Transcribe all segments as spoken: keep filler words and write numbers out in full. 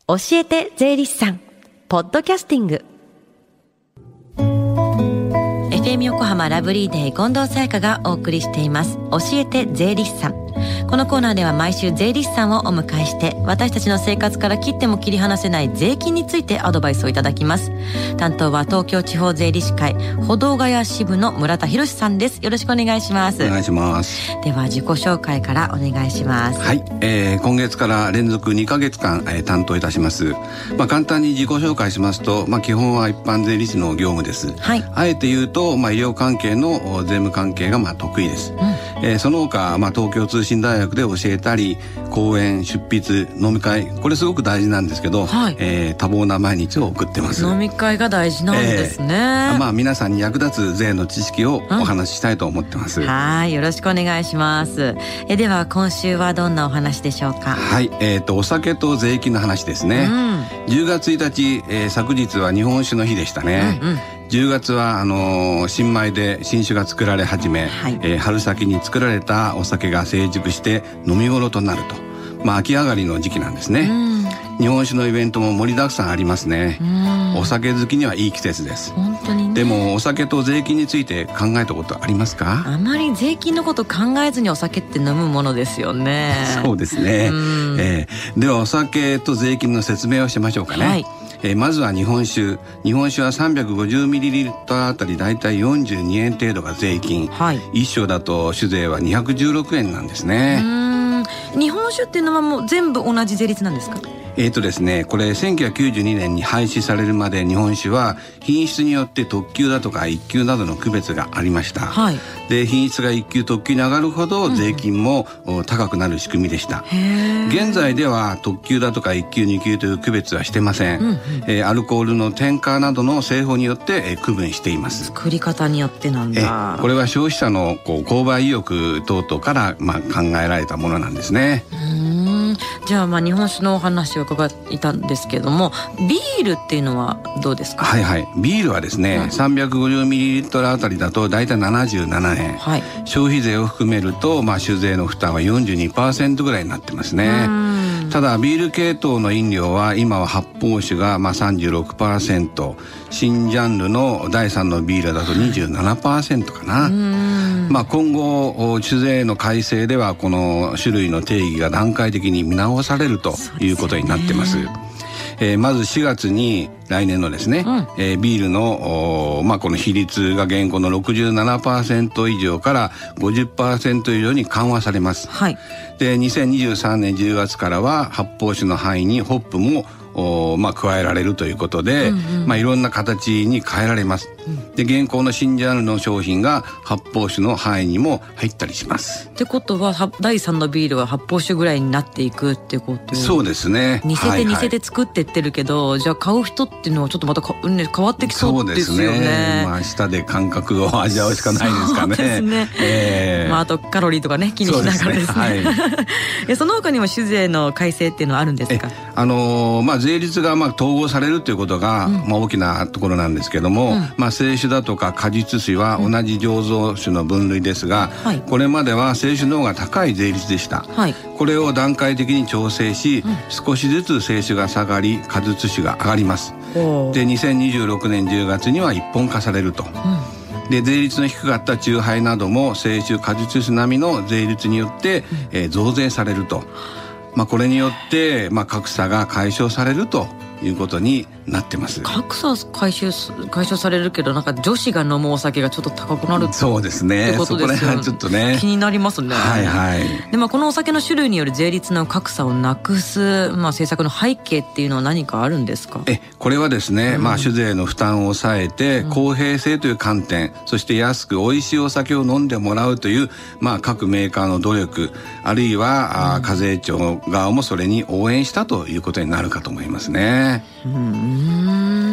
教えて税理士さんポッドキャスティング。 エフエム 横浜ラブリーデー近藤沙耶香がお送りしています教えて税理士さん。このコーナーでは毎週税理士さんをお迎えして私たちの生活から切っても切り離せない税金についてアドバイスをいただきます。担当は東京地方税理士会保土ヶ谷支部の村田博さんです。よろしくお願いします。 お願いします。 では自己紹介からお願いします。 はい、えー、今月から連続にかげつかん、えー、担当いたします。まあ、簡単に自己紹介しますと、まあ、基本は一般税理士の業務です。 はい、 あえて言うと、まあ、医療関係の税務関係がまあ得意です。うん、えー、その他、まあ、東京通信大学で教えたり講演出筆飲み会、これすごく大事なんですけど、はい、えー、多忙な毎日を送ってます。 飲み会が大事なんですね。えー、 まあ、皆さんに役立つ税の知識をお話ししたいと思ってます。 うん、はい、よろしくお願いします。えでは今週はどんなお話でしょうか。 はい、えー、とお酒と税金の話ですね。うん、じゅうがつついたち、えー、昨日は日本酒の日でしたね。うんうん、じゅうがつはあのー、新米で新酒が作られ始め、はい、えー、春先に作られたお酒が成熟して飲み頃となると、まあ、秋上がりの時期なんですね。うん、日本酒のイベントも盛りだくさんありますね。うん、お酒好きにはいい季節です。 本当にね。 でもお酒と税金について考えたことありますか？ あまり税金のこと考えずにお酒って飲むものですよね。 そうですね。うん、えー、ではお酒と税金の説明をしましょうかね。はい、えー、まずは日本酒。日本酒は さんびゃくごじゅうミリリットル あたりだいたいよんじゅうにえん程度が税金。はい、一升だと酒税はにひゃくじゅうろくえんなんですね。 うーん、日本酒っていうのはもう全部同じ税率なんですか？ えーとですね、これせんきゅうひゃくきゅうじゅうにねんに廃止されるまで日本酒は品質によって特級だとか一級などの区別がありました。はい、で品質が一級特級に上がるほど税金も、うん、高くなる仕組みでした。現在では特級だとか一級二級という区別はしてません。うんうん、えー、アルコールの添加などの製法によって、えー、区分しています。 作り方によってなんだ。えー、 これは消費者のこう購買意欲等々から、まあ、考えられたものなんですね。 うーん、じゃあ、まあ日本酒のお話を伺いたんですけども、ビールっていうのはどうですか？ はいはい、ビールはですね、うん、さんびゃくごじゅうミリリットル あたりだとだいたいななじゅうななえん、はい、消費税を含めると、まあ、酒税の負担は よんじゅうにパーセント ぐらいになってますね。ただビール系統の飲料は今は発泡酒がまあ さんじゅうろくパーセント、 新ジャンルのだいさんのビールだと にじゅうななパーセント かな。まあ、今後酒税の改正ではこの種類の定義が段階的に見直されるということになってます。えー、まずしがつに来年のですね、うん、えー、ビールの、まあ、この比率が現行の ろくじゅうななパーセント 以上から ごじゅっパーセント 以上に緩和されます。はい、でにせんにじゅうさんねんじゅうがつからは発泡酒の範囲にホップもまあ、加えられるということで、うんうん、まあ、いろんな形に変えられます。うん、で現行の新ジャンルの商品が発泡酒の範囲にも入ったりします。 ってことはだいさんのビールは発泡酒ぐらいになっていくってこと？ そうですね。 似せて似せて作ってってるけど、はいはい、じゃあ買う人っていうのはちょっとまたか、ね、変わってきそうですよね。そうですね。 まあ、舌で感覚を味わうしかないですかね。 そうですね。えーまあ、あとカロリーとかね気にしながらですね。そ, ですね、はい、その他にも酒税の改正っていうのはあるんですか？ あのーまあ、税率がまあ統合されるということが、うん、まあ、大きなところなんですけども、うん、まあ、清酒だとか果実酒は同じ醸造酒の分類ですが、うん、これまでは清酒の方が高い税率でした。はい、これを段階的に調整し、うん、少しずつ清酒が下がり果実酒が上がります。でにせんにじゅうろくねんじゅうがつには一本化されると。うん、で税率の低かった酎ハイなども清酒果実酒並みの税率によって、うん、えー、増税されると。まあ、これによって、まあ、格差が解消されるということになってます。 格差解消解消されるけど、なんか女子が飲むお酒がちょっと高くなるってことですよね。 そうですね。そこら辺はちょっとね気になりますね。 はいはい。 で、まあ、このお酒の種類による税率の格差をなくす、まあ、政策の背景っていうのは何かあるんですか？ えこれはですね、うん、まあ、酒税の負担を抑えて、うん、公平性という観点、そして安く美味しいお酒を飲んでもらうという、まあ、各メーカーの努力、あるいは、うん、課税庁側もそれに応援したということになるかと思いますね。 うん、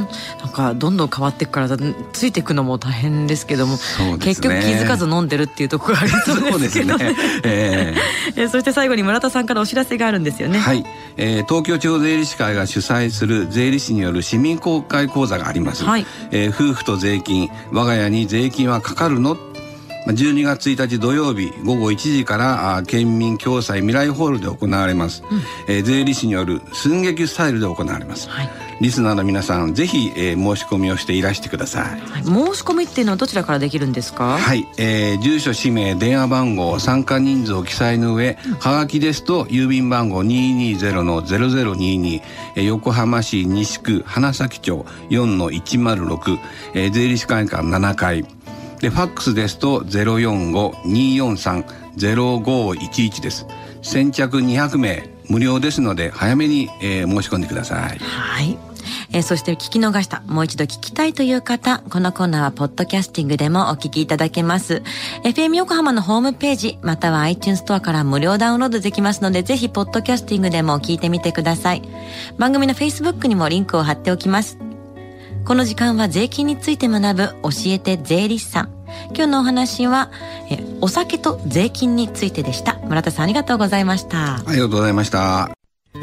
なんかどんどん変わっていくからついていくのも大変ですけども、ね、結局気づかず飲んでるっていうところがありそうですけどそうですね、えー、そして最後に村田さんからお知らせがあるんですよね。 はい、えー、東京地方税理士会が主催する税理士による市民公開講座があります。はい、えー、夫婦と税金、我が家に税金はかかるのじゅうにがつついたち土曜日ごごいちじから県民共済未来ホールで行われます、うんえー、税理士による寸劇スタイルで行われます、はい、リスナーの皆さんぜひ、えー、申し込みをしていらしてください、 はい、申し込みっていうのはどちらからできるんですか？ はい、えー、住所氏名電話番号参加人数を記載の上、うん、はがきですと郵便番号 にーにーぜろのゼロゼロにーにー、えー、横浜市西区花咲町 よんのいちまるろく、えー、税理士会館ななかいで、ファックスですと ゼロよんご にーよんさん ゼロごいちいちです。先着にひゃくめい無料ですので早めに、えー、申し込んでください。 はい、えー、そして聞き逃したもう一度聞きたいという方、このコーナーはポッドキャスティングでもお聞きいただけます。 エフエム 横浜のホームページまたは iTunes ストアから無料ダウンロードできますので、ぜひポッドキャスティングでも聞いてみてください。番組の Facebook にもリンクを貼っておきます。この時間は税金について学ぶ教えて税理士さん。今日のお話はえお酒と税金についてでした。村田さんありがとうございました。 ありがとうございました。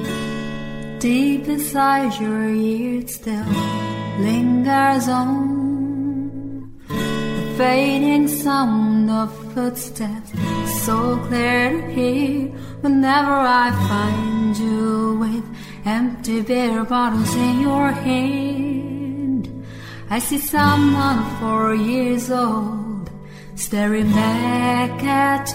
Deep inside your ears still lingers on the fading sound of footsteps, so clear to hear whenever I find you with empty beer bottles in your hand. I see someone four years old staring back at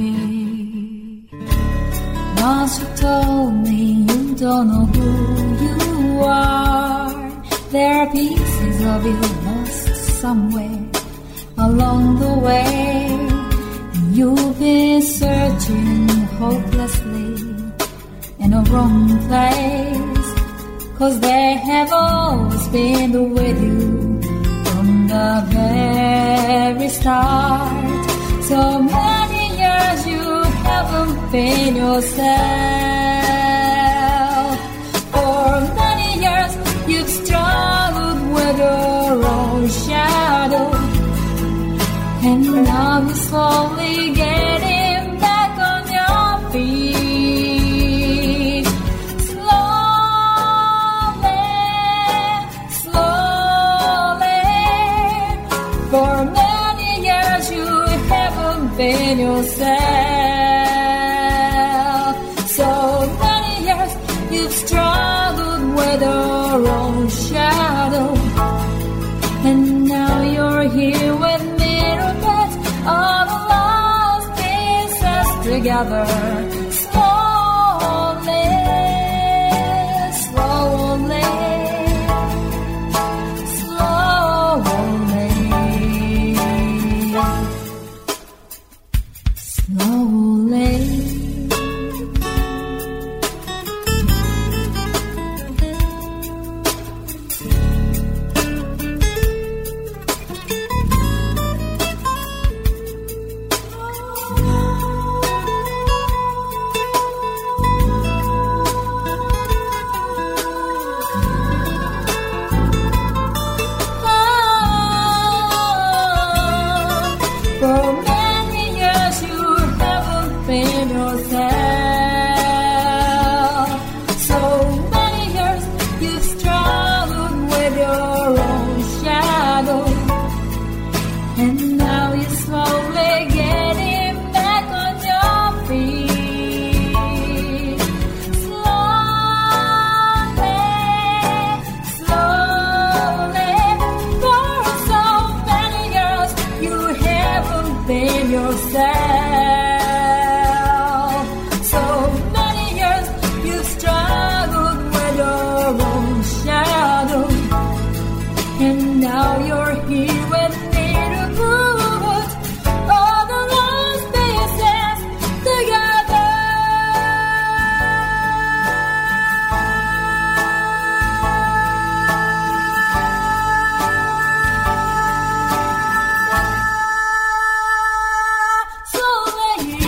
me. Once you told me you don't know who you are. There are pieces of you lost somewhere along the way. And you've been searching hopelessly in a wrong place, 'cause they have always been with you from the very start. So many years you haven't been yourself. For many years you've struggled with your own shadow, and now you're slowly getting back on your feet. Slowly, slowly. For many years you haven't been yourself. So many years you've struggled with your own shadow, and now you're here with me to put all the lost pieces together. Slowly, slowly, slowly, slowly.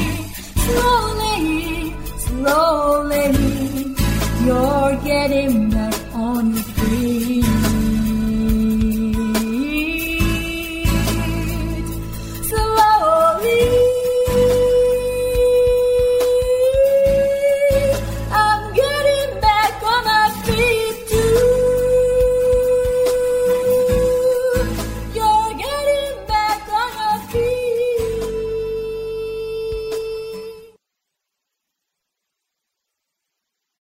Slowly, you're getting